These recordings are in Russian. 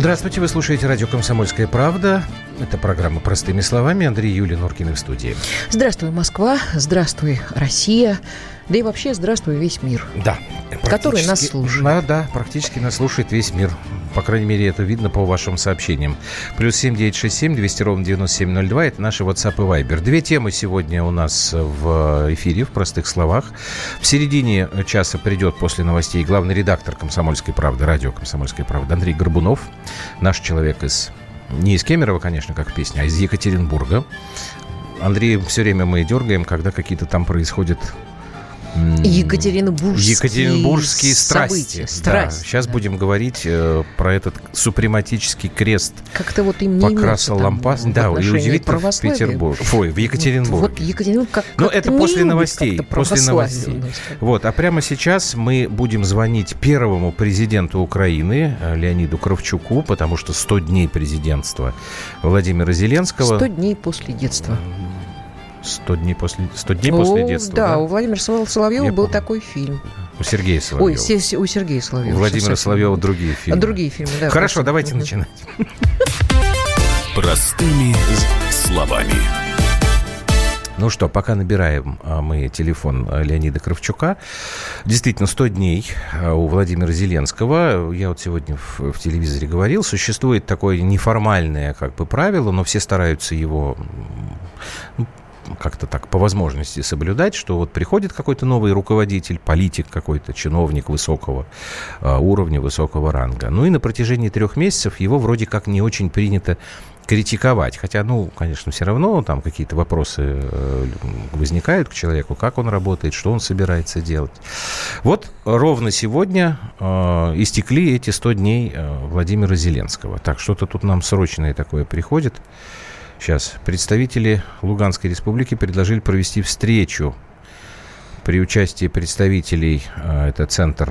Здравствуйте, вы слушаете радио «Комсомольская правда». Это программа «Простыми словами». Андрей Юлия Норкина в студии. Здравствуй, Москва. Здравствуй, Россия. Да и вообще здравствуй весь мир. Да. Который нас слушает. Да, практически нас слушает весь мир. По крайней мере, это видно по вашим сообщениям. +7 967 200 ровно 9702. Это наши WhatsApp и Viber. Две темы сегодня у нас в эфире, в простых словах. В середине часа придет после новостей главный редактор «Комсомольской правды», радио «Комсомольская правда» Андрей Горбунов. Наш человек не из Кемерово, конечно, как в песне, а из Екатеринбурга. Андрей все время мы дергаем, когда какие-то там происходят... Екатеринбургские страсти. Да. Сейчас будем говорить про этот супрематический крест. Как-то вот им не покрасил лампас. Да, и удивительно в Петербурге. В Екатеринбурге. Вот Екатеринбург как но это после новостей. Вот, а прямо сейчас мы будем звонить первому президенту Украины Леониду Кравчуку, потому что 100 дней президентства Владимира Зеленского. 100 дней после детства. 100 дней после детства. Да, у Владимира Соловьева был такой фильм. У Сергея Соловьева. У Сергея Соловьева. У Владимира Соловьева другие фильмы. Другие фильмы, да. Хорошо, давайте начинать. Простыми словами. Ну что, пока набираем мы телефон Леонида Кравчука. Действительно, 100 дней у Владимира Зеленского. Я вот сегодня в телевизоре говорил, существует такое неформальное правило, но все стараются его... как-то так по возможности соблюдать, что вот приходит какой-то новый руководитель, политик какой-то, чиновник высокого уровня, высокого ранга. Ну и на протяжении 3 месяцев его вроде как не очень принято критиковать. Хотя, конечно, все равно там какие-то вопросы возникают к человеку, как он работает, что он собирается делать. Вот ровно сегодня истекли эти 100 дней Владимира Зеленского. Так, что-то тут нам срочное такое приходит. Сейчас. Представители Луганской республики предложили провести встречу при участии представителей, это центр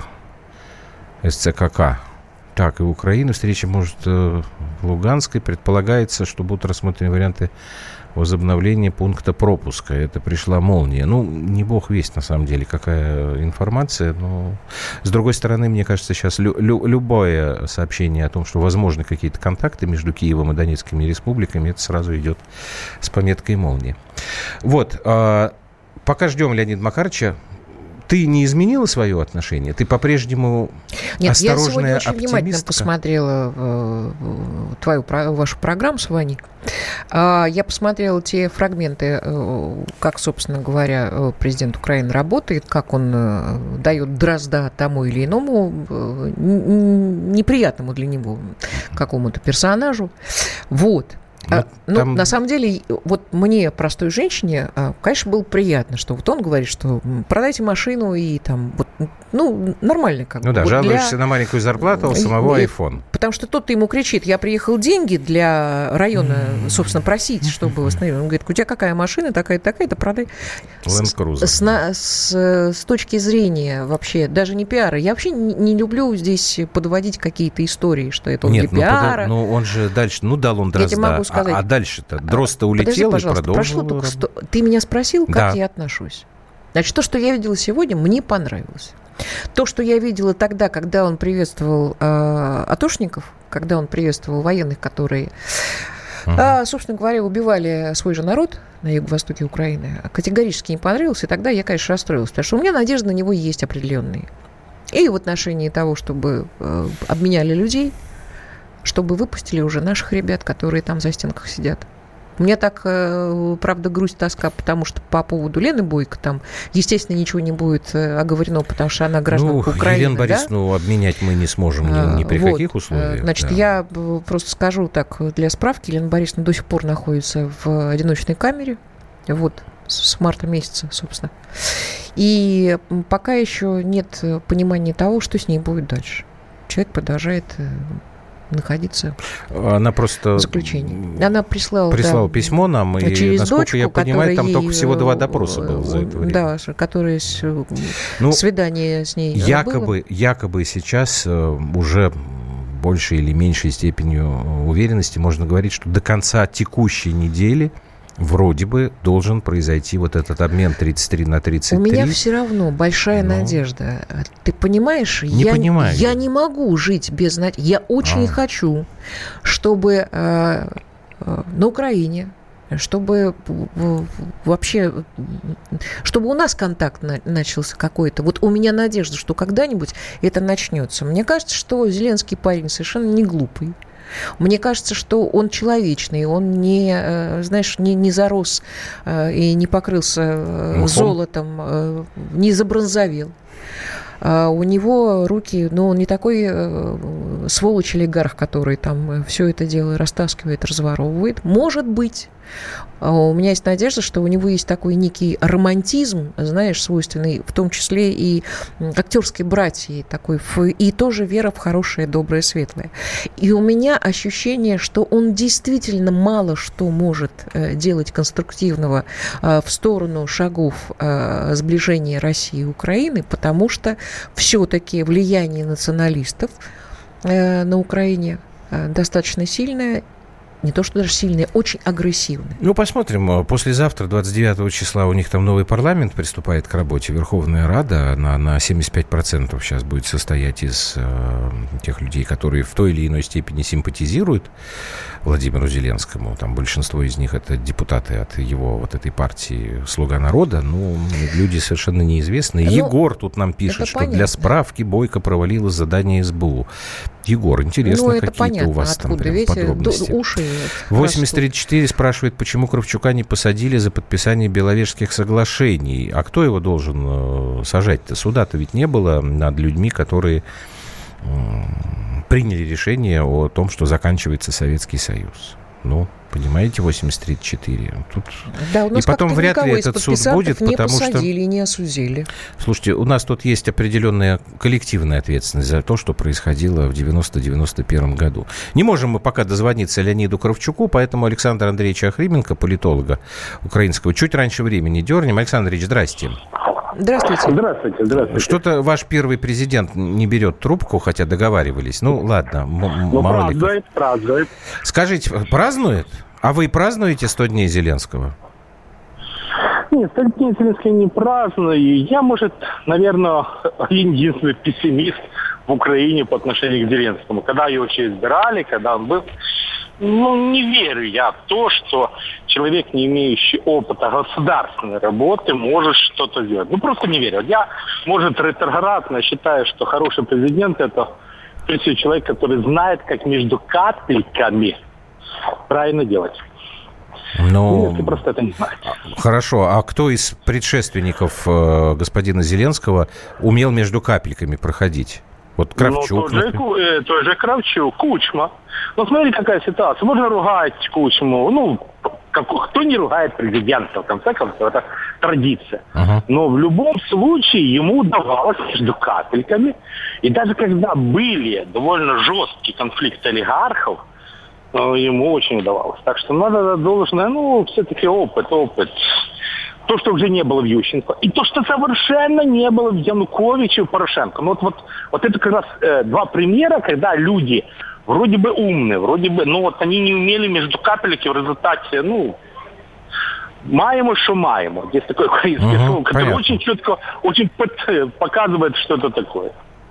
СЦКК. Так, и в Украине встреча может в Луганской. Предполагается, что будут рассмотрены варианты возобновления пункта пропуска. Это пришла молния. Не бог весть, на самом деле, какая информация. Но, с другой стороны, мне кажется, сейчас любое сообщение о том, что возможны какие-то контакты между Киевом и Донецкими республиками, это сразу идет с пометкой молнии. Вот. Пока ждем Леонида Макаровича. Ты не изменила свое отношение? Ты по-прежнему осторожная оптимистка? Я сегодня очень внимательно посмотрела вашу программу с Ваней. Я посмотрела те фрагменты, как, собственно говоря, президент Украины работает, как он дает дрозда тому или иному неприятному для него какому-то персонажу. Вот. На самом деле, вот мне, простой женщине, конечно, было приятно, что вот он говорит, что продайте машину и там, нормально как бы. Да, жалуешься на маленькую зарплату, у самого iPhone. Потому что тот-то ему кричит, я приехал деньги для района, собственно, просить, чтобы восстановили. Он говорит, у тебя какая машина, такая-то, продай. Land Cruiser. С точки зрения вообще, даже не пиара, я вообще не люблю здесь подводить какие-то истории, что это он для пиара. Нет, он же дальше, дал он дрозда. А дальше-то? Дрозд-то улетел и продолжил. Ты меня спросил, как я отношусь. Значит, то, что я видела сегодня, мне понравилось. То, что я видела тогда, когда он приветствовал атошников, когда он приветствовал военных, которые, собственно говоря, убивали свой же народ на юго-востоке Украины, категорически не понравилось. И тогда я, конечно, расстроилась, потому что у меня надежда на него есть определенные. И в отношении того, чтобы обменяли людей, чтобы выпустили уже наших ребят, которые там за стенках сидят. Мне так, правда, грусть, тоска, потому что по поводу Лены Бойко там, естественно, ничего не будет оговорено, потому что она гражданка Украины. Елену Борисовну обменять мы не сможем ни при каких условиях. Значит, я просто скажу так для справки. Елена Борисовна до сих пор находится в одиночной камере. Вот, с марта месяца, собственно. И пока еще нет понимания того, что с ней будет дальше. Человек продолжает находиться в заключении. Она прислала письмо нам, и, насколько я понимаю, там только всего 2 допроса было за это время. Да, которые свидание с ней было. Якобы сейчас уже большей или меньшей степенью уверенности можно говорить, что до конца текущей недели вроде бы должен произойти вот этот обмен 33 на 33. У меня все равно большая надежда. Ты понимаешь? Не понимаю. Я не могу жить без надежды. Я очень хочу, чтобы на Украине, чтобы вообще, чтобы у нас контакт начался какой-то. Вот у меня надежда, что когда-нибудь это начнется. Мне кажется, что Зеленский парень совершенно не глупый. Мне кажется, что он человечный, он не, знаешь, не зарос и не покрылся золотом, не забронзовел. У него руки, он не такой сволочь-олигарх, который там все это дело растаскивает, разворовывает. Может быть. У меня есть надежда, что у него есть такой некий романтизм, знаешь, свойственный в том числе и актерской братьи такой, и тоже вера в хорошее, доброе, светлое. И у меня ощущение, что он действительно мало что может делать конструктивного в сторону шагов сближения России и Украины, потому что все-таки влияние националистов на Украине достаточно сильное. Не то, что даже сильные, очень агрессивные. Посмотрим. Послезавтра, 29 числа, у них там новый парламент приступает к работе. Верховная Рада на 75% сейчас будет состоять из тех людей, которые в той или иной степени симпатизируют Владимиру Зеленскому. Там большинство из них это депутаты от его вот этой партии «Слуга народа». Люди совершенно неизвестные. Егор тут нам пишет, что понятно. Для справки Бойко провалила задание СБУ. Егор, интересно, какие-то понятно, у вас откуда, там прям подробности. Уши 8034 спрашивает, почему Кравчука не посадили за подписание Беловежских соглашений. А кто его должен сажать-то? Суда-то ведь не было над людьми, которые приняли решение о том, что заканчивается Советский Союз. Понимаете, 8034. Тут... Да, у нас и потом вряд ли этот суд будет, потому что... не посадили, не осудили. Слушайте, у нас тут есть определенная коллективная ответственность за то, что происходило в 90-91 году. Не можем мы пока дозвониться Леониду Кравчуку, поэтому Александра Андреевича Охрименко, политолога украинского, чуть раньше времени дернем. Александр Ильич, здрасте. Здравствуйте. Здравствуйте. Что-то ваш первый президент не берет трубку, хотя договаривались. Ладно, мало ли. Празднует. Скажите, празднует? А вы празднуете 100 дней Зеленского? Нет, 100 дней Зеленского не праздную. Я, наверное, единственный пессимист в Украине по отношению к Зеленскому. Когда его еще избирали, когда он был... не верю я в то, что человек, не имеющий опыта государственной работы, может что-то сделать. Просто не верю. Я, ретроградно считаю, что хороший президент – это человек, который знает, как между капельками правильно делать. Если просто это не знать. Хорошо. А кто из предшественников господина Зеленского умел между капельками проходить? Вот Кравчук. Той же Кравчук, Кучма. Смотрите, какая ситуация. Можно ругать Кучму. Кто не ругает президента, в конце концов, это традиция. Но в любом случае ему удавалось между капельками. И даже когда были довольно жесткие конфликты олигархов, ему очень удавалось. Так что надо должное, все-таки опыт. То, что уже не было в Ющенко. И то, что совершенно не было в Януковиче и в Порошенко. Вот это как раз два примера, когда люди вроде бы умные, они не умели между капельками в результате, маємо, что маємо. Есть такое украинское слово, которое очень четко, очень показывает, что это такое.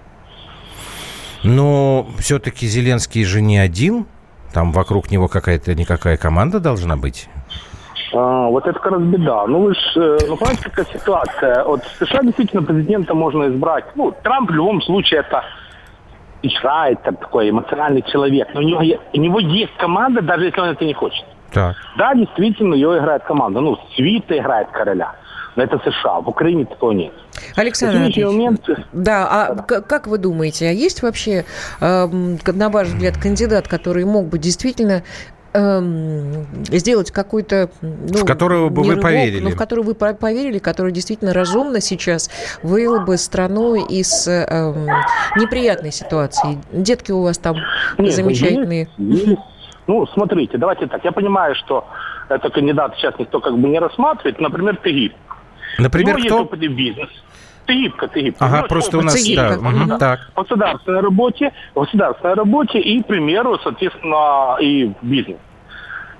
Но все-таки Зеленский же не один. Там вокруг него какая-никакая команда должна быть. Вот это как раз беда. Понимаете, какая ситуация? В США действительно президента можно избрать. Трамп в любом случае это играет, такой эмоциональный человек. Но у него есть команда, даже если он это не хочет. Так. Да, действительно, ее играет команда. Свита играет короля. Но это США. В Украине такого нет. Александр Андреевич, как вы думаете, а есть вообще, на ваш взгляд, кандидат, который мог бы действительно сделать какой-то... в которого бы вы поверили. В который вы поверили, который действительно разумно сейчас вывел бы страну из неприятной ситуации. Детки у вас там замечательные. Есть. Смотрите, давайте так. Я понимаю, что это кандидат сейчас никто не рассматривает. Например, Тыгиб. Например, кто? Есть опыт в бизнес. Тыгиб. Ага, просто у нас... Так. В государственной работе и, к примеру, соответственно, и в бизнес.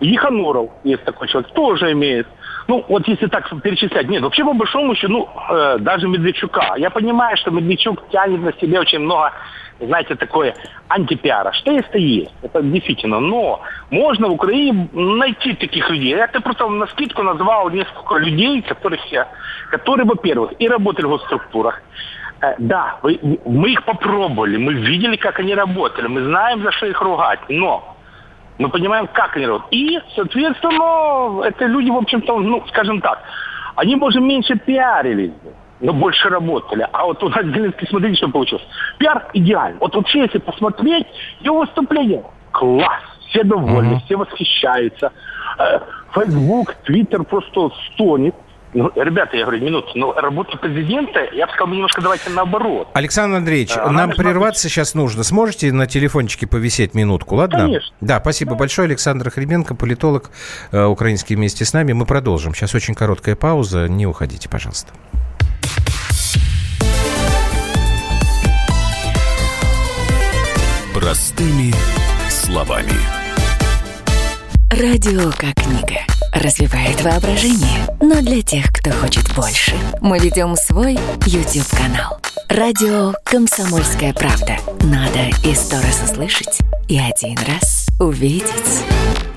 Ехануров есть такой человек, тоже имеет. Ну, вот если так перечислять, нет, вообще по большому счету, даже Медведчука. Я понимаю, что Медведчук тянет на себе очень много, знаете, такое антипиара. Что есть, то есть. Это действительно. Но можно в Украине найти таких людей. Я просто на скидку назвал несколько людей, которые, во-первых, и работали в госструктурах. Да, мы их попробовали, мы видели, как они работали, мы знаем, за что их ругать, но мы понимаем, как они работают. И, соответственно, это люди, в общем-то, ну, скажем так, они, может, меньше пиарились, но больше работали. А вот у нас Зеленский, смотрите, что получилось. Пиар идеальный. Вот вообще, если посмотреть его выступление, класс, все довольны, все восхищаются. Facebook, Twitter просто стонет. Ну, ребята, я говорю, минуту, но работа президента, я бы сказал, немножко давайте наоборот. Александр Андреевич, нам прерваться сейчас нужно. Сможете на телефончике повисеть минутку, ладно? Конечно. Да, спасибо большое. Александр Хрименко, политолог украинский, вместе с нами. Мы продолжим. Сейчас очень короткая пауза. Не уходите, пожалуйста. Простыми словами. Радио как книга. Развивает воображение, но для тех, кто хочет больше. Мы ведем свой YouTube-канал. Радио «Комсомольская правда». Надо и 100 раз услышать, и 1 раз увидеть.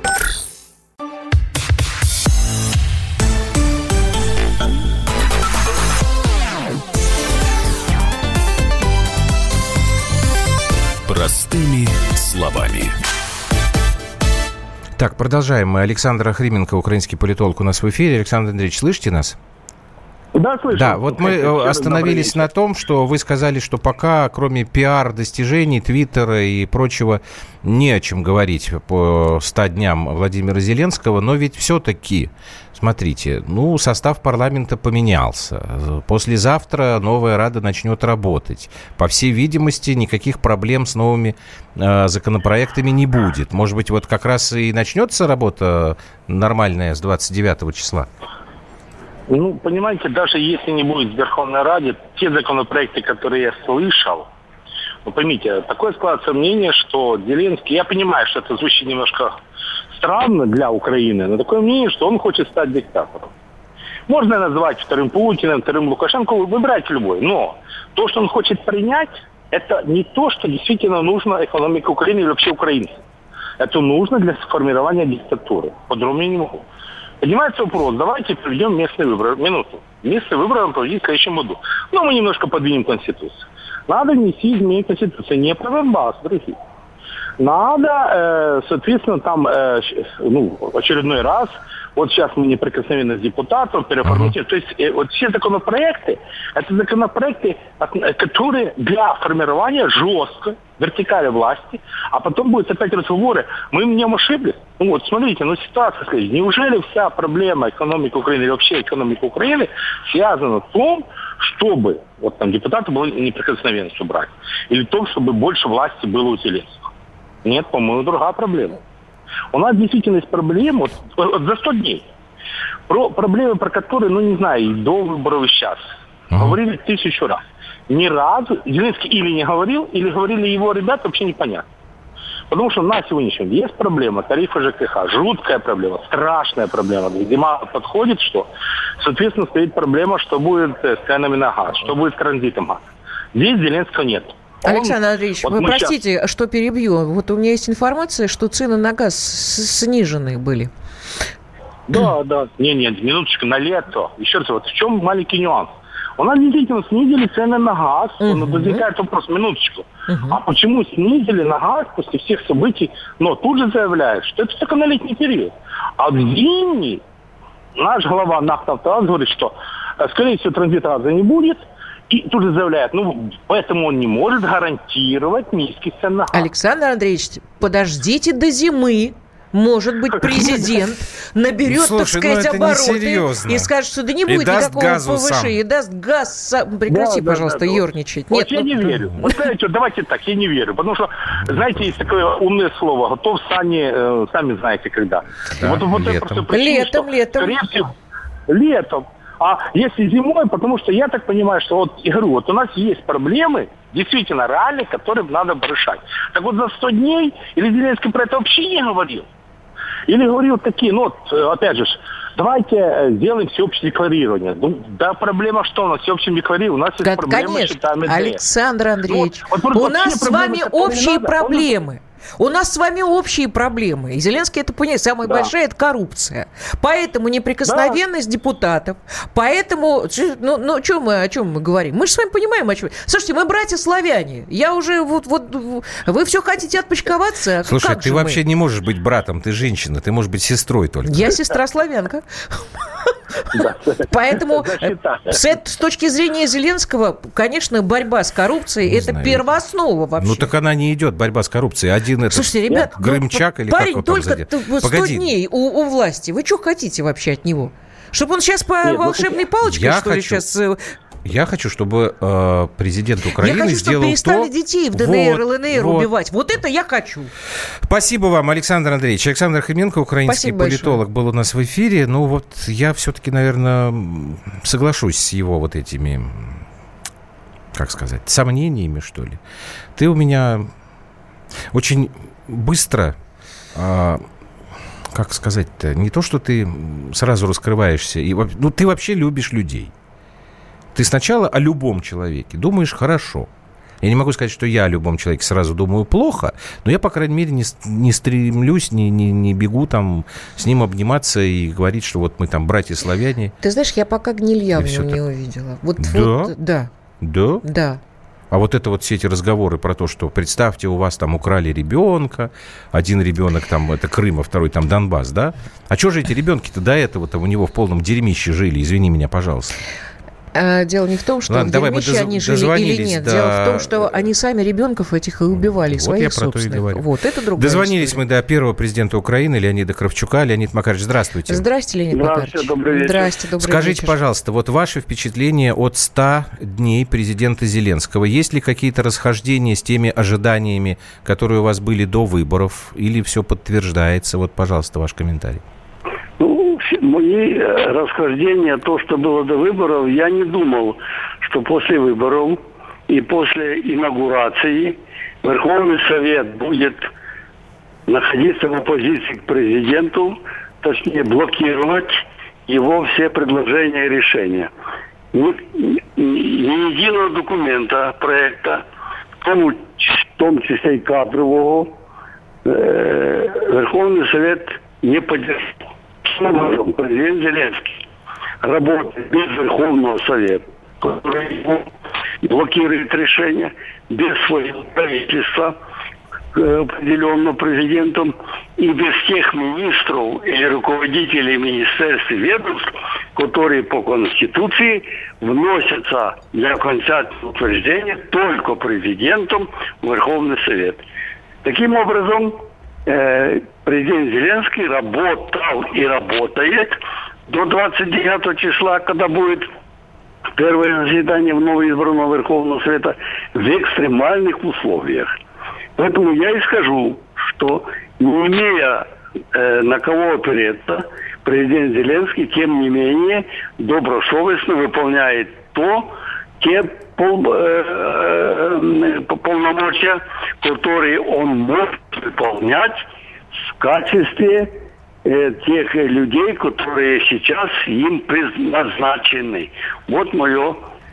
Простыми словами. Так, продолжаем. Александр Хрименко, украинский политолог, у нас в эфире. Александр Андреевич, слышите нас? Да, слышу. Да, вот мы остановились на том, что вы сказали, что пока, кроме пиар-достижений, Твиттера и прочего, не о чем говорить по 100 дням Владимира Зеленского, но ведь все-таки, смотрите, ну, состав парламента поменялся. Послезавтра новая Рада начнет работать. По всей видимости, никаких проблем с новыми законопроектами не будет. Может быть, вот как раз и начнется работа нормальная с 29 числа? Ну, понимаете, даже если не будет в Верховной Раде, те законопроекты, которые я слышал, ну, поймите, такое складывается мнение, что Зеленский, я понимаю, что это звучит немножко странно для Украины, но такое мнение, что он хочет стать диктатором. Можно назвать вторым Путиным, вторым Лукашенко, выбирайте любой, но то, что он хочет принять, это не то, что действительно нужно экономике Украины или вообще украинцам. Это нужно для сформирования диктатуры. По-другому я не могу. Поднимается вопрос, давайте проведем местные выборы. Минуту. Местные выборы нам проводить в следующем году. Но мы немножко подвинем Конституцию. Надо внести изменения в Конституцию. Не про Донбасс, дорогие. Надо, соответственно, там, очередной раз, вот сейчас мы неприкосновенность депутатов переформатируем. То есть вот все законопроекты, это законопроекты, которые для формирования жестко вертикали власти, а потом будут опять разговоры, мы в нем ошиблись. Ну вот, смотрите, ситуация, скажите, неужели вся проблема экономики Украины или вообще экономика Украины связана в том, чтобы, вот там депутаты было неприкосновенность убрать, или в том, чтобы больше власти было у Зеленского? Нет, по-моему, другая проблема. У нас действительно есть проблема вот за 100 дней. Проблемы, про которые, не знаю, и до выборов и сейчас. Говорили 1000 раз. Ни разу Зеленский или не говорил, или говорили его ребята, вообще непонятно. Потому что на сегодняшний день есть проблема тарифа ЖКХ. Жуткая проблема, страшная проблема. Зима подходит, что, соответственно, стоит проблема, что будет с ценами на газ, что будет с транзитом газа. Здесь Зеленского нет. Александр Андреевич, вы простите, что перебью. Вот у меня есть информация, что цены на газ снижены были. Да. Нет, минуточку, на лето. Еще раз, вот в чем маленький нюанс. У нас действительно снизили цены на газ. Возникает вопрос, минуточку. А почему снизили на газ после всех событий? Но тут же заявляют, что это только на летний период. А в зимний наш глава НАК «Нафтогаз» говорит, что, скорее всего, транзита газа не будет. И тут же заявляет, поэтому он не может гарантировать низкий цен на газ. Александр Андреевич, подождите до зимы. Может быть, президент наберет, так сказать, обороты и скажет, что да не будет никакого повышения. И даст газ сам. Прекрати, пожалуйста, ерничать. Вот я не верю. Вот знаете, давайте так, я не верю. Потому что, знаете, есть такое умное слово. Готов сами знаете когда. Да, летом. А если зимой, потому что я так понимаю, что у нас есть проблемы, действительно реальные, которые надо решать. Так вот за 100 дней или Зеленский про это вообще не говорил. Или говорил такие, опять же, давайте сделаем всеобщее декларирование. Да, проблема что у нас всеобщее декларирование? У нас есть проблемы, конечно, считаем, Александр Андреевич, у нас с вами общие проблемы. У нас с вами общие проблемы. И Зеленский это понимает. Самая большая – это коррупция. Поэтому неприкосновенность депутатов. Поэтому, о чем мы говорим? Мы же с вами понимаем, о чем. Слушайте, мы братья-славяне. Я уже вы все хотите отпочковаться? Слушай, ты вообще не можешь быть братом. Ты женщина. Ты можешь быть сестрой только. Я сестра-славянка. Поэтому с точки зрения Зеленского, конечно, борьба с коррупцией – это первооснова вообще. Ну так она не идет, борьба с коррупцией. Один этот Слушайте, ребят, Грымчак или парень как он там только 100 дней у власти. Вы что хотите вообще от него? Чтобы он сейчас по волшебной палочке, что ли, сейчас... Я хочу, чтобы президент Украины сделал то... Я хочу, чтобы перестали детей в ДНР, ЛНР убивать. Вот это я хочу. Спасибо вам, Александр Андреевич. Александр Хоменко, украинский политолог, был у нас в эфире. Ну вот я все-таки, наверное, соглашусь с его вот этими, как сказать, сомнениями, что ли. Ты у меня очень быстро... как сказать-то? Не то, что ты сразу раскрываешься. Ты вообще любишь людей. Ты сначала о любом человеке думаешь хорошо. Я не могу сказать, что я о любом человеке сразу думаю плохо, но я, по крайней мере, не стремлюсь, не бегу там с ним обниматься и говорить, что вот мы там братья-славяне. Ты знаешь, я пока гниль явно не увидела. Да? Да. А вот это вот все эти разговоры про то, что, представьте, у вас там украли ребенка, один ребенок там, это Крым, а второй там Донбасс, да? А что же эти ребенки-то до этого там у него в полном дерьмище жили? Извини меня, пожалуйста. Дело не в том, что в дерьмище они жили или нет. Дело в том, что они сами ребенков этих и убивали, своих собственных. Вот, это другая Дозвонились история. Мы до первого президента Украины Леонида Кравчука. Леонид Макарович, здравствуйте. Здравствуйте, Леонид Макарович. Добрый вечер. Здрасте, добрый Скажите, вечер. пожалуйста, вот ваши впечатления от 100 дней президента Зеленского. Есть ли какие-то расхождения с теми ожиданиями, которые у вас были до выборов? Или все подтверждается? Вот, пожалуйста, ваш комментарий. Мои расхождения, то, что было до выборов, я не думал, что после выборов и после инаугурации Верховный Совет будет находиться в оппозиции к президенту, точнее блокировать его все предложения и решения. Ни единого документа, проекта, в том числе и кадрового, Верховный Совет не поддержал. Президент Зеленский работает без Верховного Совета, который блокирует решения, без своего правительства, определенного президентом, и без тех министров или руководителей министерств и ведомств, которые по Конституции вносятся для окончательного утверждения только президентом в Верховный Совет. Таким образом, президент Зеленский работал и работает до 29 числа, когда будет первое заседание новоизбранного Верховного Совета, в экстремальных условиях. Поэтому я и скажу, что не имея на кого опереться, президент Зеленский, тем не менее, добросовестно выполняет те полномочия, которые он может выполнять в качестве тех людей, которые сейчас им предназначены. Вот моя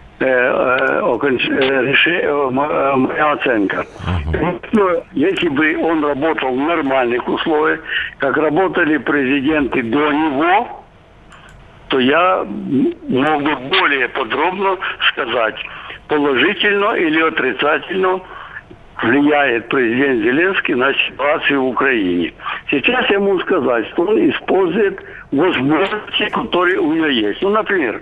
оценка. Если бы он работал в нормальных условиях, как работали президенты до него, то я мог бы более подробно сказать, положительно или отрицательно влияет президент Зеленский на ситуацию в Украине. Сейчас я могу сказать, что он использует возможности, которые у него есть. Например,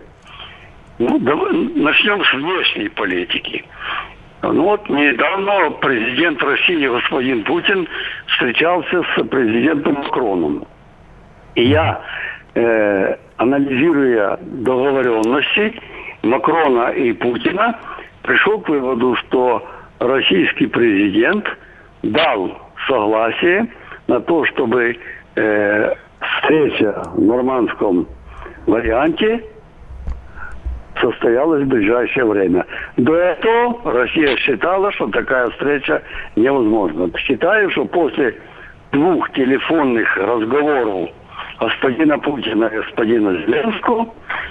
начнем с внешней политики. Недавно президент России господин Путин встречался с президентом Макроном. И я, анализируя договоренности Макрона и Путина, пришел к выводу, что российский президент дал согласие на то, чтобы встреча в нормандском варианте состоялась в ближайшее время. До этого Россия считала, что такая встреча невозможна. Считаю, что после 2 телефонных разговоров господина Путина и господина Зеленского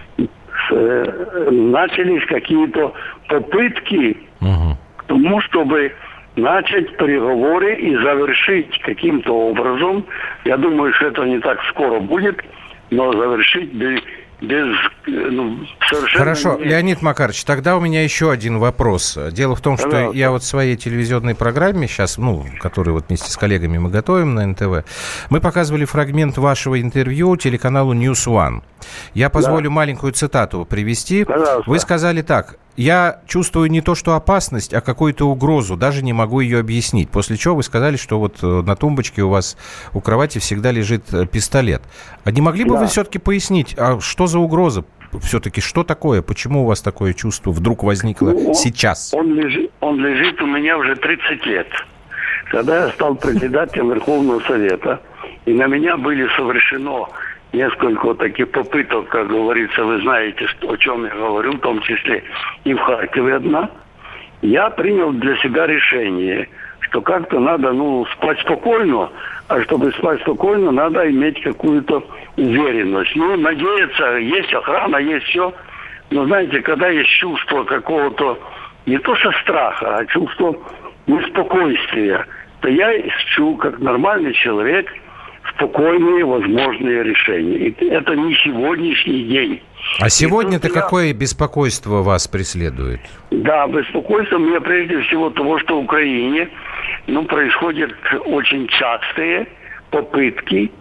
начались какие-то попытки к тому, чтобы начать переговоры и завершить каким-то образом. Я думаю, что это не так скоро будет, но завершить без совершенно... Хорошо, Леонид Макарович, тогда у меня еще один вопрос. Дело в том, что я вот в своей телевизионной программе сейчас, которую вот вместе с коллегами мы готовим на НТВ, мы показывали фрагмент вашего интервью телеканалу News One. Я позволю маленькую цитату привести. Пожалуйста. Вы сказали так: «Я чувствую не то что опасность, а какую-то угрозу, даже не могу ее объяснить». После чего вы сказали, что вот на тумбочке у вас у кровати всегда лежит пистолет. А не могли бы вы все-таки пояснить, а что за угроза? Все-таки что такое? Почему у вас такое чувство вдруг возникло сейчас? Он лежит у меня уже 30 лет. Когда я стал председателем Верховного Совета, и на меня были совершено несколько таких попыток, как говорится, вы знаете, о чем я говорю, в том числе и в Харькове одна, я принял для себя решение, что как-то надо, спать спокойно, а чтобы спать спокойно, надо иметь какую-то уверенность. Надеяться, есть охрана, есть все. Но знаете, когда есть чувство какого-то, не то что страха, а чувство неспокойствия, то я ищу, как нормальный человек, спокойные возможные решения. И это не сегодняшний день. А сегодня-то какое беспокойство вас преследует? Да, беспокойство мне прежде всего того, что в Украине происходят очень частые попытки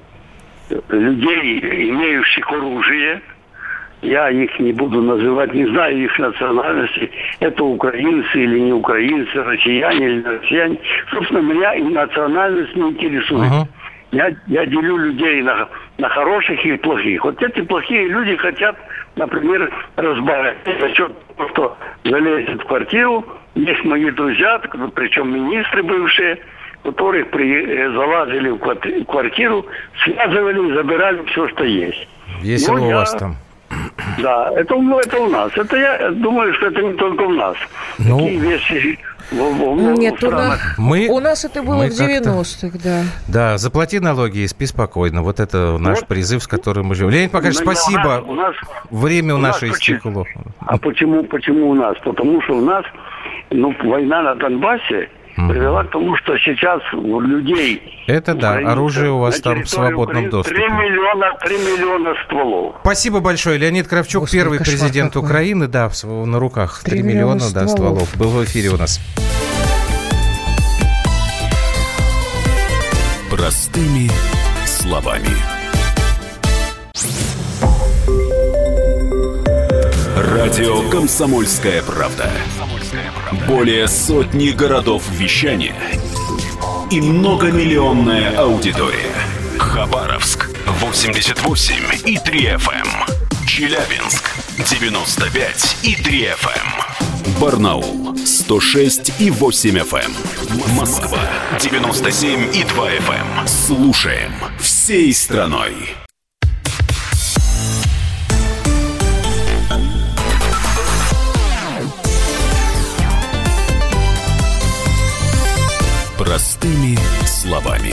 людей, имеющих оружие. Я их не буду называть, не знаю их национальности. Это украинцы или не украинцы, россияне или не россияне. Собственно, меня и национальность не интересует. Я делю людей на хороших и плохих. Вот эти плохие люди хотят, например, разбавить за счет того, что залезет в квартиру. Есть мои друзья, причем министры бывшие, которых залазили в квартиру, связывали и забирали все, что есть. Весело у вас там. Да, это у нас. Это я думаю, что это не только у нас. Такие вещи... Нет, у нас это было в 90-х, да. Да, заплати налоги и спи спокойно. Вот это наш призыв, с которым мы живем. Леонид Макарович, спасибо. Время у наше истекло. А почему у нас? Потому что у нас война на Донбассе привела к тому, что сейчас у людей... Это да, оружие у вас там в свободном доступе. 3 миллиона стволов. Спасибо большое. Леонид Кравчук, первый президент Украины, на руках 3 миллиона стволов. Был в эфире у нас. Простыми словами. Радио «Комсомольская правда». Более сотни городов вещания и многомиллионная аудитория. Хабаровск 88,3 FM. Челябинск 95,3 FM. Барнаул 106,8 FM. Москва 97,2 FM. Слушаем всей страной. Простыми словами.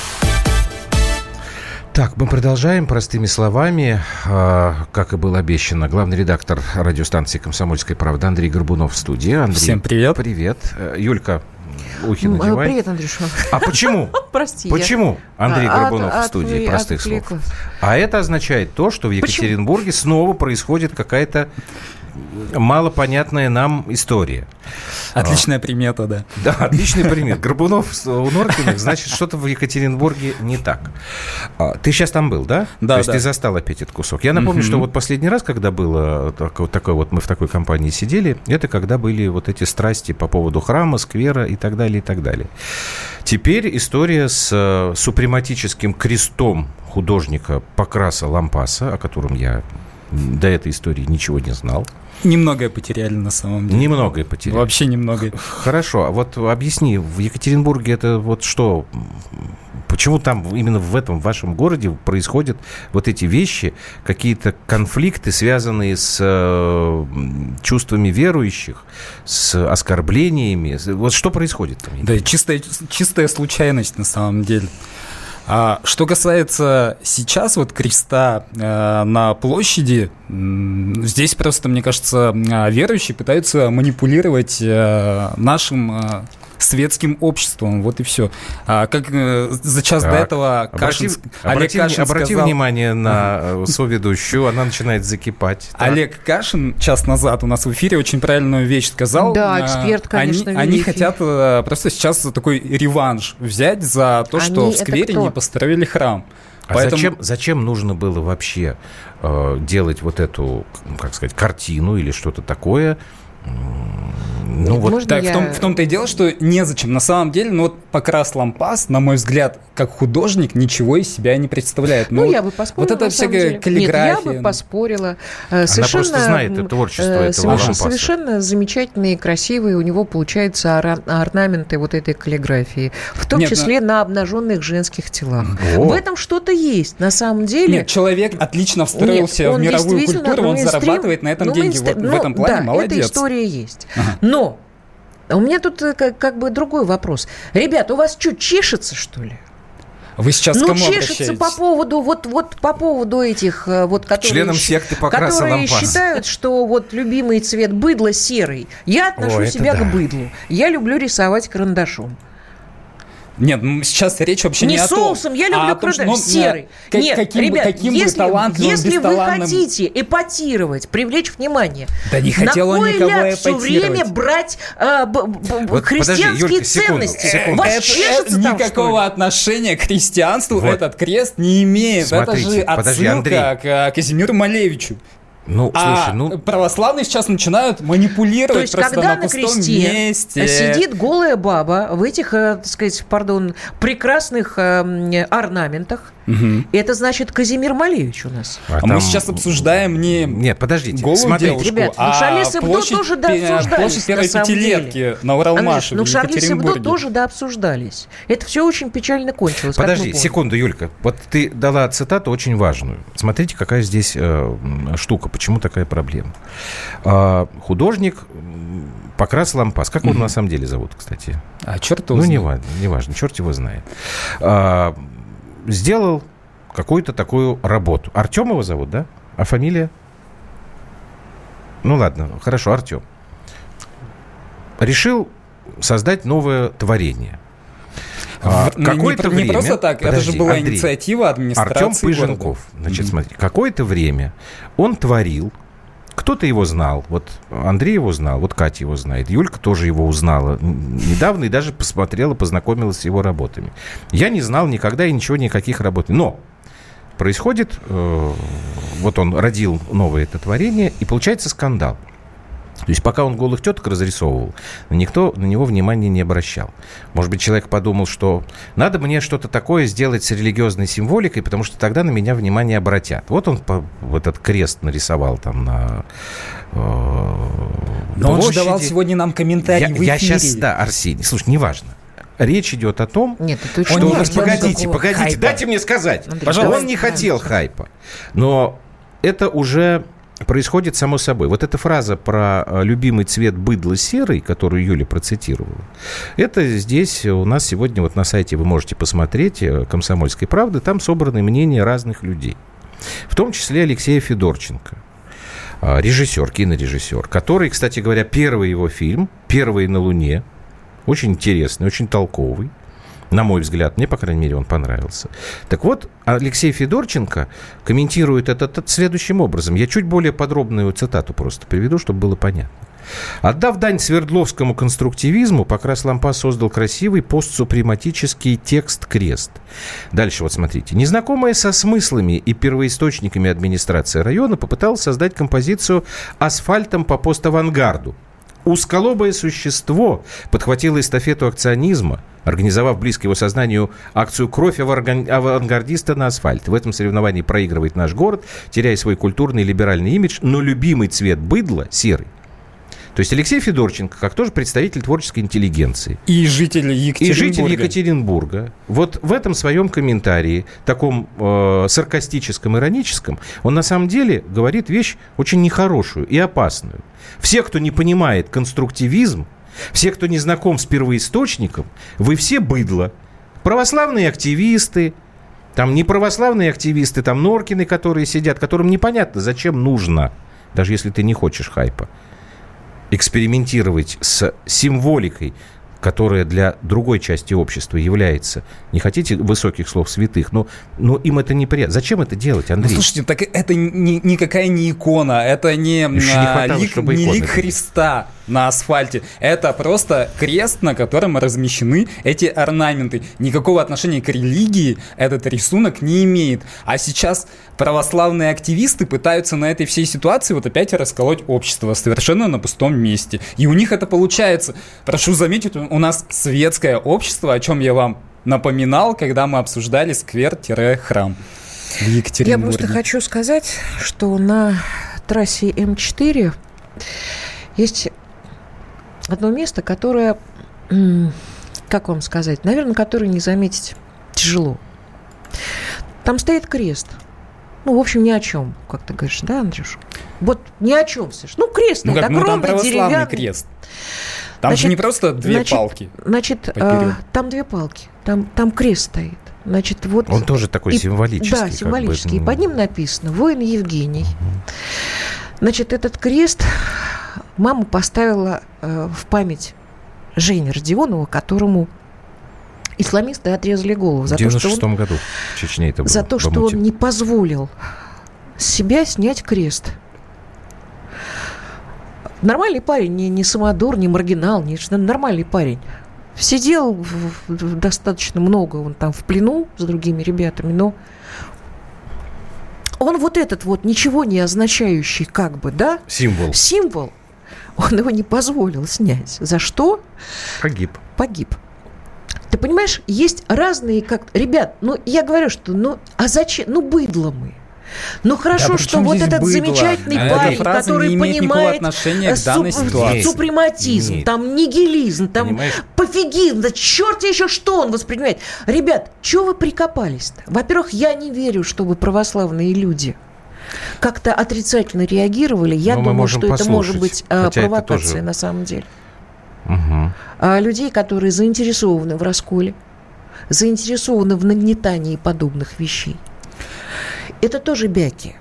Так, мы продолжаем простыми словами. Как и было обещано, главный редактор радиостанции «Комсомольская правда» Андрей Горбунов в студии. Андрей, всем привет. Привет. Юлька, ухи надевай. Привет, Андрюша. А почему? Прости. Почему Андрей Горбунов в студии? Простых слов. А это означает то, что в Екатеринбурге снова происходит какая-то малопонятная нам история. Отличная примета, да. Да, отличный пример. Горбунов у Норкиных, значит, что-то в Екатеринбурге не так. Ты сейчас там был, да? Да, то есть ты застал опять этот кусок. Я напомню, что вот последний раз, когда было такое вот, мы в такой компании сидели, это когда были вот эти страсти по поводу храма, сквера и так далее, и так далее. Теперь история с супрематическим крестом художника Покраса Лампаса, о котором я до этой истории ничего не знал. Немногое потеряли на самом деле. Немногое потеряли. Вообще немногое. Хорошо, а вот объясни, в Екатеринбурге это вот что? Почему там именно в этом вашем городе происходят вот эти вещи, какие-то конфликты, связанные с чувствами верующих, с оскорблениями? Вот что происходит там? Да, чистая случайность на самом деле. Что касается сейчас вот креста на площади, здесь просто, мне кажется, верующие пытаются манипулировать нашим светским обществом, вот и все. Как за час до этого Олег Кашин обрати внимание на соведущую, она начинает закипать. Олег Кашин час назад у нас в эфире очень правильную вещь сказал. Да, эксперт, конечно, Они хотят просто сейчас такой реванш взять за то, что в сквере не построили храм. Поэтому... зачем нужно было вообще делать вот эту, как сказать, картину или что-то такое? Ну, вот так, в том-то и дело, что незачем. На самом деле, вот Покрас Лампас, на мой взгляд, как художник, ничего из себя не представляет. Ну, я бы поспорила. Вот это всякая каллиграфия. Нет, я бы поспорила. Она просто знает это творчество этого Лампаса. Совершенно замечательные, красивые у него получаются орнаменты вот этой каллиграфии. В том числе на обнаженных женских телах. В этом что-то есть, на самом деле. Нет, человек отлично встроился в мировую культуру, он зарабатывает на этом деньги. Вот в этом плане молодец. Эта история есть. Но у меня тут как бы другой вопрос. Ребят, у вас что, чешется, что ли? Вы сейчас к кому чешется по поводу этих, вот, которые, членам секты Покраса которые Лампас. Считают, что вот любимый цвет быдла серый. Я отношу себя к быдлу. Я люблю рисовать карандашом. Нет, сейчас речь вообще не о том. Не соусом, я люблю карандаш серый. Нет, ребят, если вы хотите эпатировать, привлечь внимание, да не хотел он никого эпатировать. Все время брать христианские ценности? Вас чешется там, никакого отношения к христианству этот крест не имеет. Смотрите, это же отсылка к Казимиру Малевичу. Православные сейчас начинают манипулировать. То есть, когда на кресте сидит голая баба в этих, так сказать, прекрасных орнаментах, это значит Казимир Малевич у нас. Мы сейчас обсуждаем не голую девушку, ребят, Шарли Себдо тоже дообсуждались, на самом деле. На Уралмаше, Шарли Себдо тоже дообсуждались. Это все очень печально кончилось. Подожди, секунду, Юлька. Вот ты дала цитату очень важную. Смотрите, какая здесь штука. Почему такая проблема? Художник Покрас Лампас. Как его на самом деле зовут, кстати? Черт его знает. Неважно, черт его знает. Сделал какую-то такую работу. Артем его зовут, да? А фамилия? Ну ладно, хорошо, Артем. Решил создать новое творение. Какое-то время... Не просто так, это же была инициатива администрации. Артем Пыженков. Значит, смотри, какое-то время он творил, кто-то его знал, вот Андрей его знал, вот Катя его знает, Юлька тоже его узнала недавно и даже посмотрела, познакомилась с его работами. Я не знал никогда и никаких работ. Но происходит, вот он родил новое это творение, и получается скандал. То есть пока он голых теток разрисовывал, никто на него внимания не обращал. Может быть, человек подумал, что надо мне что-то такое сделать с религиозной символикой, потому что тогда на меня внимание обратят. Вот он этот крест нарисовал там на Но площади. Он же давал сегодня нам комментарий в эфире. Я сейчас, да, Арсений, слушай, неважно. Речь идет о том, что... Погодите, дайте мне сказать. Пожалуйста. Он не хотел хайпа. Но это уже... происходит само собой. Вот эта фраза про любимый цвет быдла серый, которую Юля процитировала, это здесь у нас сегодня вот на сайте вы можете посмотреть «Комсомольской правды», там собраны мнения разных людей. В том числе Алексея Федорченко, режиссер, кинорежиссер, который, кстати говоря, первый его фильм «Первые на Луне», очень интересный, очень толковый, на мой взгляд, мне, по крайней мере, он понравился. Так вот, Алексей Федорченко комментирует это следующим образом. Я чуть более подробную цитату просто приведу, чтобы было понятно. Отдав дань свердловскому конструктивизму, Покрас Лампас создал красивый постсупрематический текст «Крест». Дальше вот смотрите. Незнакомая со смыслами и первоисточниками администрация района попыталась создать композицию «Асфальтом по поставангарду». Узколобое существо подхватило эстафету акционизма, организовав близко его сознанию акцию «Кровь авангардиста на асфальт». В этом соревновании проигрывает наш город, теряя свой культурный и либеральный имидж, но любимый цвет быдла – серый. То есть Алексей Федорченко, как тоже представитель творческой интеллигенции. И житель Екатеринбурга. Вот в этом своем комментарии, таком саркастическом, ироническом, он на самом деле говорит вещь очень нехорошую и опасную. Все, кто не понимает конструктивизм, все, кто не знаком с первоисточником, вы все быдло. Православные активисты, Там не православные активисты, там Норкины, которые сидят, которым непонятно, зачем нужно, даже если ты не хочешь хайпа, экспериментировать с символикой, которая для другой части общества является, не хотите высоких слов святых, но им это неприятно. Зачем это делать, Андрей? Ну, слушайте, так это никакая не икона, это не лик Христа на асфальте. Это просто крест, на котором размещены эти орнаменты. Никакого отношения к религии этот рисунок не имеет. А сейчас православные активисты пытаются на этой всей ситуации вот опять расколоть общество совершенно на пустом месте. И у них это получается. Прошу заметить, у нас светское общество, о чем я вам напоминал, когда мы обсуждали сквер-храм в Екатеринбурге. Я просто хочу сказать, что на трассе М4 есть одно место, которое, как вам сказать, наверное, которое не заметить тяжело. Там стоит крест. Ну, в общем, ни о чем, как ты говоришь, да, Андрюш? Вот ни о чем, Саш. Ну, крест, огромный, там православный деревянный крест. Там же не просто две палки. Там две палки, там крест стоит. Значит, вот он тоже такой символический. Да, символический. И под ним написано «Воин Евгений». Значит, этот крест мама поставила в память Жени Родионова, которому исламисты отрезали голову. В 96-м году в Чечне это было. За то, что он не позволил с себя снять крест. Нормальный парень, не самодур, не маргинал, нормальный парень. Сидел достаточно много, он там в плену с другими ребятами, но он вот этот вот ничего не означающий как бы, да? Символ, он его не позволил снять. За что? Погиб. Ты понимаешь, есть разные, ребят, я говорю, что, а зачем? Быдло мы. Хорошо, что вот этот замечательный парень, который понимает супрематизм, там нигилизм, там пофигизм, да черт еще что он воспринимает. Ребят, чего вы прикопались-то? Во-первых, я не верю, чтобы православные люди как-то отрицательно реагировали. Я думаю, что это может быть провокация на самом деле. Людей, которые заинтересованы в расколе, заинтересованы в нагнетании подобных вещей. Это тоже бяки.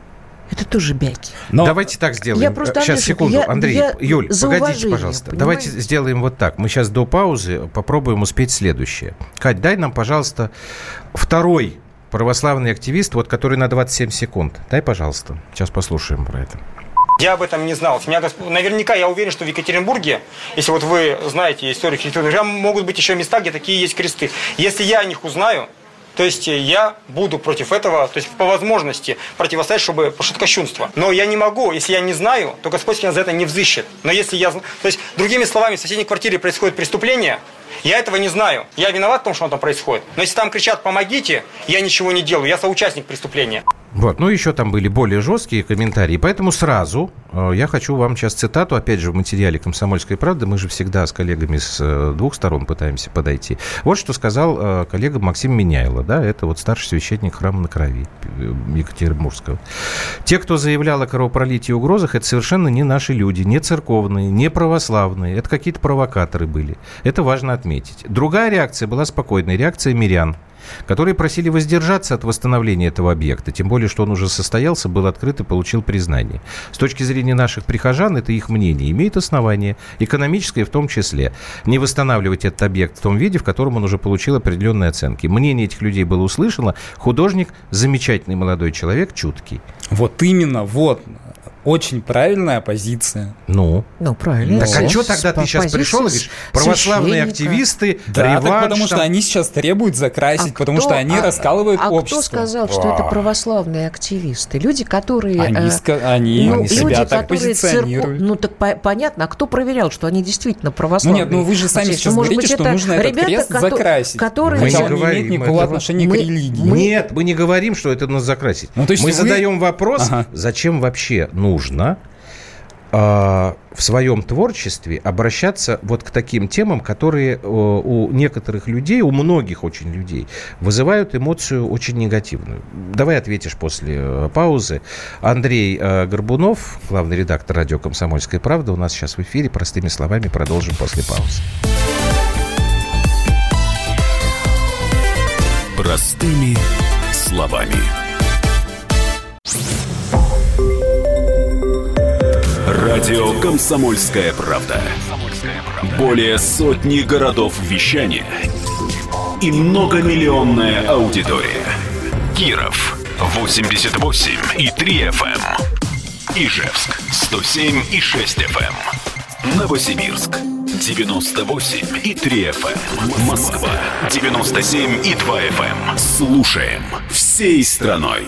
Но давайте так сделаем. Сейчас, секунду. Андрей, Юль, погодите, пожалуйста. Понимаете? Давайте сделаем вот так. Мы сейчас до паузы попробуем успеть следующее. Кать, дай нам, пожалуйста, второй православный активист, который на 27 секунд. Дай, пожалуйста. Сейчас послушаем про это. Я об этом не знал. Наверняка я уверен, что в Екатеринбурге, если вот вы знаете историю Екатеринбурга, могут быть еще места, где такие есть кресты. Если я о них узнаю, то есть я буду против этого, то есть по возможности противостоять, чтобы кощунство. Но я не могу, если я не знаю, то Господь меня за это не взыщет. Но если я... То есть, другими словами, в соседней квартире происходит преступление, я этого не знаю. Я виноват в том, что оно там происходит. Но если там кричат «помогите», я ничего не делаю, я соучастник преступления. Еще там были более жесткие комментарии. Поэтому сразу я хочу вам сейчас цитату, опять же, в материале «Комсомольской правды». Мы же всегда с коллегами с двух сторон пытаемся подойти. Вот что сказал коллега Максим Меняйло, да, это старший священник храма на Крови Екатеринбургского. Те, кто заявлял о кровопролитии и угрозах, это совершенно не наши люди, не церковные, не православные. Это какие-то провокаторы были. Это важно отметить. Другая реакция была спокойной, реакция мирян, которые просили воздержаться от восстановления этого объекта, тем более, что он уже состоялся, был открыт и получил признание. С точки зрения наших прихожан, это их мнение, имеет основание, экономическое в том числе, не восстанавливать этот объект в том виде, в котором он уже получил определенные оценки. Мнение этих людей было услышано, художник, замечательный молодой человек, чуткий. Вот именно, очень правильная позиция. Правильно. Так, а что тогда ты сейчас пришел и говоришь, православные активисты, реванш? Так потому что они сейчас требуют закрасить, потому что они раскалывают общество. Кто сказал, что это православные активисты? Люди, которые... Они себя так позиционируют. Так понятно, а кто проверял, что они действительно православные? Нет, вы же сами сейчас говорите, что нужно этот крест закрасить. Которые... Хотя он не имеет никакого отношения к религии. Нет, мы не говорим, что это нужно закрасить. Мы задаем вопрос, зачем вообще нужно в своем творчестве обращаться к таким темам, которые у некоторых людей, у многих очень людей, вызывают эмоцию очень негативную. Давай ответишь после паузы. Андрей Горбунов, главный редактор радио «Комсомольская правда», у нас сейчас в эфире. Простыми словами продолжим после паузы. Простыми словами. Радио «Комсомольская правда». Более сотни городов вещания и многомиллионная аудитория. Киров 88,3 FM. Ижевск 107,6 FM. Новосибирск 98,3 FM. Москва 97,2 FM. Слушаем всей страной.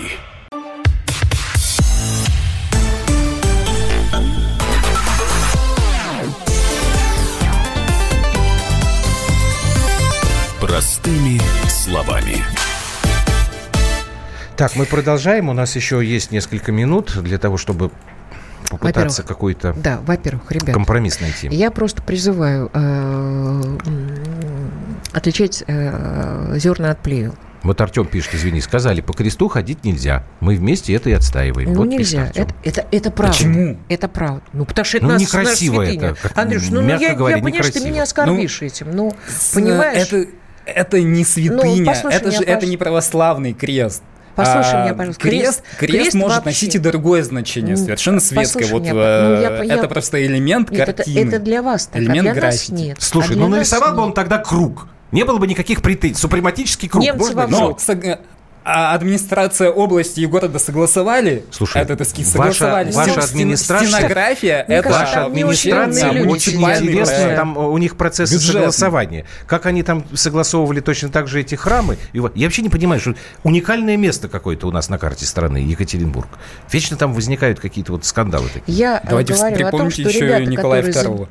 Простыми словами. Так, мы продолжаем. У нас еще есть несколько минут для того, чтобы попытаться какой-то компромисс найти. Я просто призываю отличать зерна от плевел. Вот Артем пишет, извини, сказали, по кресту ходить нельзя. Мы вместе это и отстаиваем. Ну, вот нельзя. Это правда. Почему? Это правда. Ну, потому что это наш святыня. Андрюш, я понимаю, что ты меня оскорбишь этим. Понимаешь? Это не святыня, это не православный крест. Послушай меня, пожалуйста. Крест может вообще носить и другое значение, совершенно светское. Вот это просто элемент картины. Это для вас так, элемент а для граффити. нас нет. Слушай, нарисовал бы он тогда круг. Не было бы никаких претензий. Супрематический круг. Немцы можно? А администрация области и города согласовали? Слушай, этот эскиз согласовали. Ваша администрация... Стенография, это ваша администрация очень интересно. Там у них процессы согласования. Как они там согласовывали точно так же эти храмы. Я вообще не понимаю, что уникальное место какое-то у нас на карте страны, Екатеринбург. Вечно там возникают какие-то вот скандалы такие. Давайте говорю о том, что ребята, которые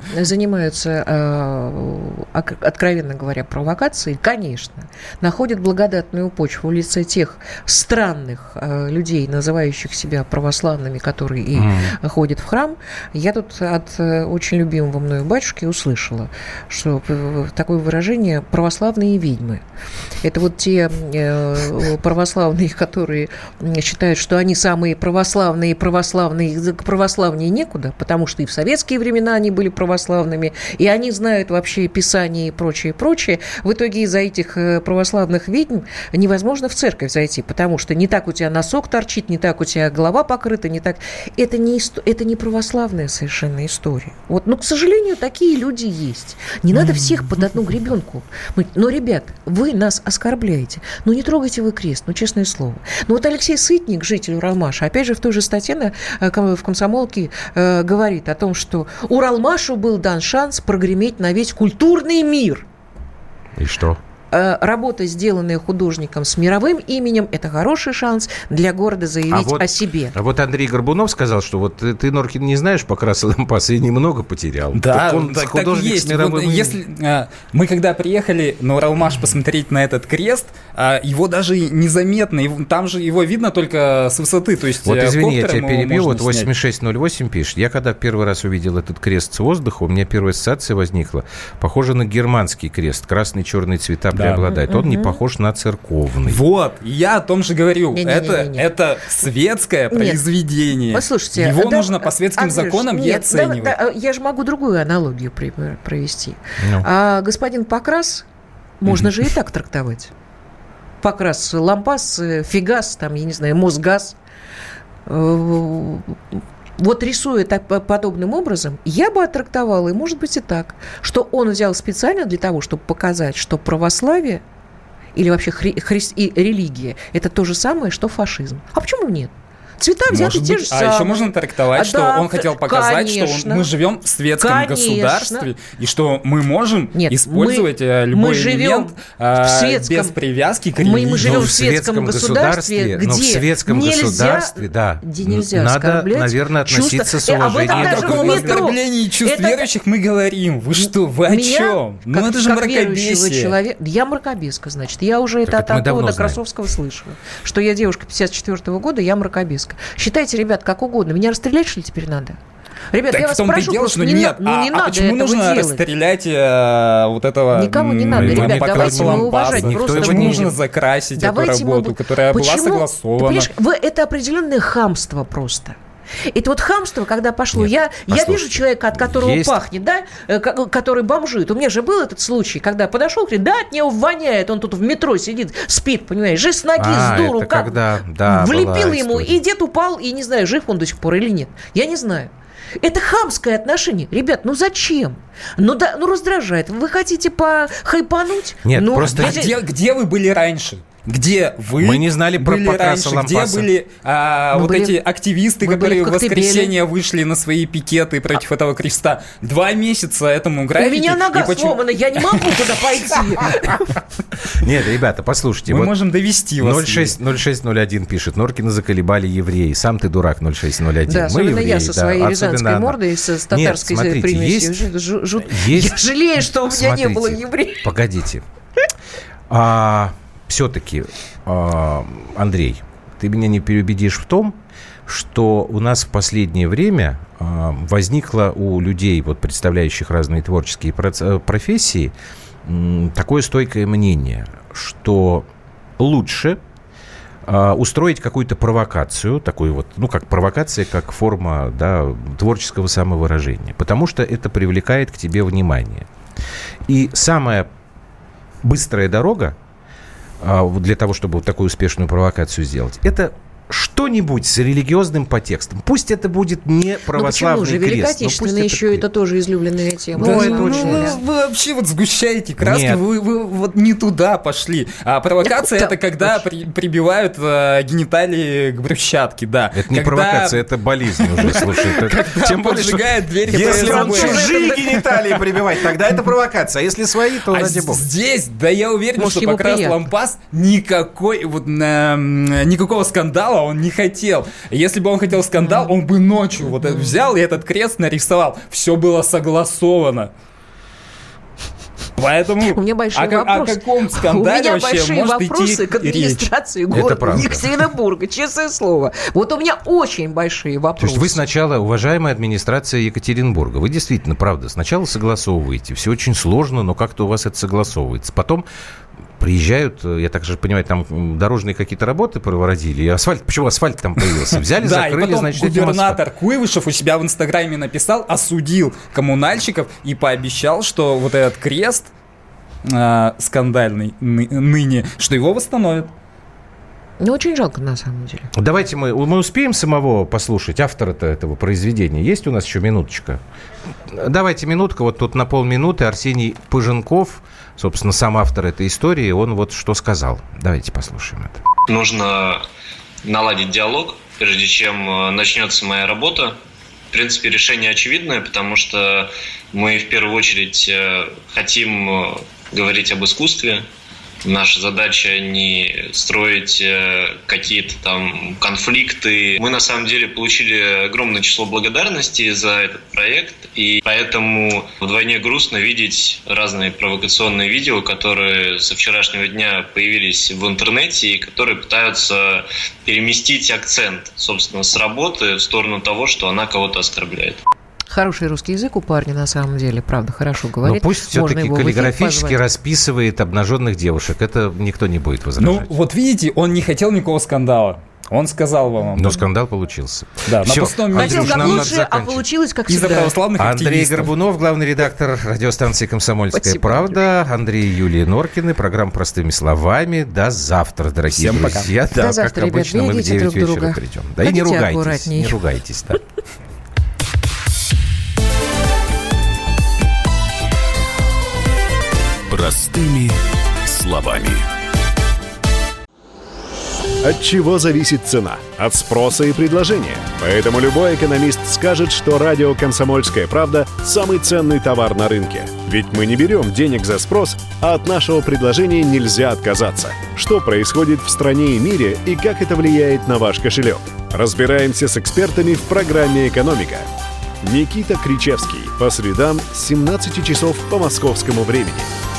занимаются, откровенно говоря, провокацией, конечно, находят благодатную почву в лице тех странных людей, называющих себя православными, которые и ходят в храм. Я тут от очень любимого мною батюшки услышала, что такое выражение «православные ведьмы». Это вот те православные, которые считают, что они самые православные, православнее некуда, потому что и в советские времена они были православными, и они знают вообще Писание и прочее, прочее. В итоге из-за этих православных ведьм невозможно в церковь зайти, потому что не так у тебя носок торчит, не так у тебя голова покрыта, не так. Это не православная совершенно история. Вот, но, к сожалению, такие люди есть. Не надо всех под одну гребенку. Но, ребят, вы нас оскорбляете. Ну, не трогайте вы крест, ну, честное слово. Ну, вот Алексей Сытник, житель Уралмаша, опять же, в той же статье в «Комсомолке» говорит о том, что Уралмашу был дан шанс прогреметь на весь культурный мир. И что? Работа, сделанная художником с мировым именем, это хороший шанс для города заявить о себе. А вот Андрей Горбунов сказал, что вот ты, Норкин, не знаешь Покраса Лампаса и немного потерял. Да, так он художник так есть. С мировым именем. Если мы когда приехали на Уралмаш посмотреть на этот крест, его даже незаметно, там же его видно только с высоты. То есть, вот извини, я тебя перебью, вот 8608 пишет. Я когда первый раз увидел этот крест с воздуха, у меня первая ассоциация возникла. Похоже на германский крест, красный, черный цвета преобладает. Он не похож на церковный. Вот, я о том же говорю. Это светское произведение. Послушайте, его нужно по светским законам и оценивать. Я же могу другую аналогию провести. Господин Покрас, можно же и так трактовать. Покрас Лампас, Фигас, там, я не знаю, Мосгаз. Вот рисуя так, подобным образом, я бы оттрактовала, и может быть и так, что он взял специально для того, чтобы показать, что православие или вообще и религия – это то же самое, что фашизм. А почему нет? Цвета взяты те же самые. А еще можно трактовать, что он хотел показать, что мы живем в светском государстве, и что мы можем использовать любой элемент без привязки к религии. Мы живем в светском государстве, где в светском государстве, где нельзя надо, оскорблять, наверное, относиться с уважением. О каком оскорблении чувств верующих мы говорим? Вы что, вы о чем? Ну это же мракобесие. Я мракобеска, значит. Я уже это от Антона Красовского слышала. Что я девушка 54-го года, я мракобеска. Считайте, ребят, как угодно. Меня расстрелять, что ли, теперь надо? Ребят, так я вас прошу, дело, что нет. Не надо почему нужно делать? Расстрелять вот этого... Никого не надо, ребят, давайте мы уважать. Почему нужно закрасить эту работу, которая была согласована? Ты понимаешь, это определенное хамство просто. Это вот хамство, когда пошло. Я вижу человека, от которого пахнет, да, который бомжит. У меня же был этот случай, когда подошел, говорит, да, от него воняет, он тут в метро сидит, спит, понимаешь, же с ноги, с дуру, как влепил ему, и дед упал, и не знаю, жив он до сих пор или нет. Я не знаю. Это хамское отношение. Ребят, ну зачем? Ну раздражает. Вы хотите похайпануть? Нет, просто... Где вы были раньше? Где вы Мы не знали про Покраса Лампаса. Где были эти активисты, которые в воскресенье вышли на свои пикеты против этого креста? 2 месяца этому граффити. У меня нога сломана, я не могу туда пойти. Нет, ребята, послушайте. Мы можем довести вас. 0601 пишет, Норкина заколебали евреи. Сам ты дурак, 0601. Да, особенно я со своей рязанской мордой, с татарской примесью. Я жалею, что у меня не было евреев. Погодите. Все-таки, Андрей, ты меня не переубедишь в том, что у нас в последнее время возникло у людей, вот, представляющих разные творческие профессии, такое стойкое мнение, что лучше устроить какую-то провокацию, такую вот, как провокация, как форма, да, творческого самовыражения, потому что это привлекает к тебе внимание. И самая быстрая дорога для того, чтобы вот такую успешную провокацию сделать, это что-нибудь с религиозным подтекстом. Пусть это будет не православный крест. Великая Отечественная еще это тоже излюбленная тема. Да, это очень вы вообще вот сгущаете краски, вы вот не туда пошли. А провокация это когда прибивают гениталии к брусчатке, да. Это не провокация, это болезнь уже, слушай. Тем более, поджигает дверь. Если он чужие гениталии прибивает, тогда это провокация. А если свои, то ради бога. Здесь, да я уверен, что Покрас Лампас никакого скандала он не хотел. Если бы он хотел скандал, он бы ночью вот взял и этот крест нарисовал. Все было согласовано. Поэтому у меня большие вопросы. О каком скандале вообще может идти речь? К администрации города Екатеринбурга, честное слово. Вот у меня очень большие вопросы. То есть вы сначала, уважаемая администрация Екатеринбурга, вы действительно, правда, сначала согласовываете. Все очень сложно, но как-то у вас это согласовывается. Потом приезжают, я так же понимаю, там дорожные какие-то работы проводили, и асфальт, почему асфальт там появился? Взяли, закрыли, значит, губернатор Куйвышев у себя в Инстаграме написал, осудил коммунальщиков и пообещал, что вот этот крест скандальный ныне, что его восстановят. Ну, очень жалко, на самом деле. Давайте мы успеем самого послушать, автора-то этого произведения. Есть у нас еще минуточка? Давайте минутка, вот тут на полминуты Арсений Пыженков, собственно, сам автор этой истории, он вот что сказал. Давайте послушаем это. Нужно наладить диалог, прежде чем начнется моя работа. В принципе, решение очевидное, потому что мы в первую очередь хотим говорить об искусстве. Наша задача не строить какие-то там конфликты. Мы на самом деле получили огромное число благодарностей за этот проект, и поэтому вдвойне грустно видеть разные провокационные видео, которые со вчерашнего дня появились в интернете и которые пытаются переместить акцент, собственно, с работы в сторону того, что она кого-то оскорбляет. Хороший русский язык у парня, на самом деле, правда, хорошо говорит. Но пусть все-таки каллиграфически расписывает обнаженных девушек. Это никто не будет возражать. Ну, вот видите, он не хотел никакого скандала. Он сказал вам. Но скандал получился. Да, все. На пустом месте. Хотел как лучше, а получилось как всегда. Из-за православных Андрей активистов. Горбунов, главный редактор радиостанции «Комсомольская Спасибо, правда». Андрей и Юлия Норкины. Программа «Простыми словами». До завтра, дорогие Всем друзья. пока. Да, завтра, как ребят, обычно, мы в 9 вечера придем. Да и не ругайтесь. Не ругайтесь, да. Простыми словами. От чего зависит цена? От спроса и предложения. Поэтому любой экономист скажет, что радио «Комсомольская правда» – самый ценный товар на рынке. Ведь мы не берем денег за спрос, а от нашего предложения нельзя отказаться. Что происходит в стране и мире и как это влияет на ваш кошелек? Разбираемся с экспертами в программе «Экономика». Никита Кричевский. По средам с 17 часов по московскому времени.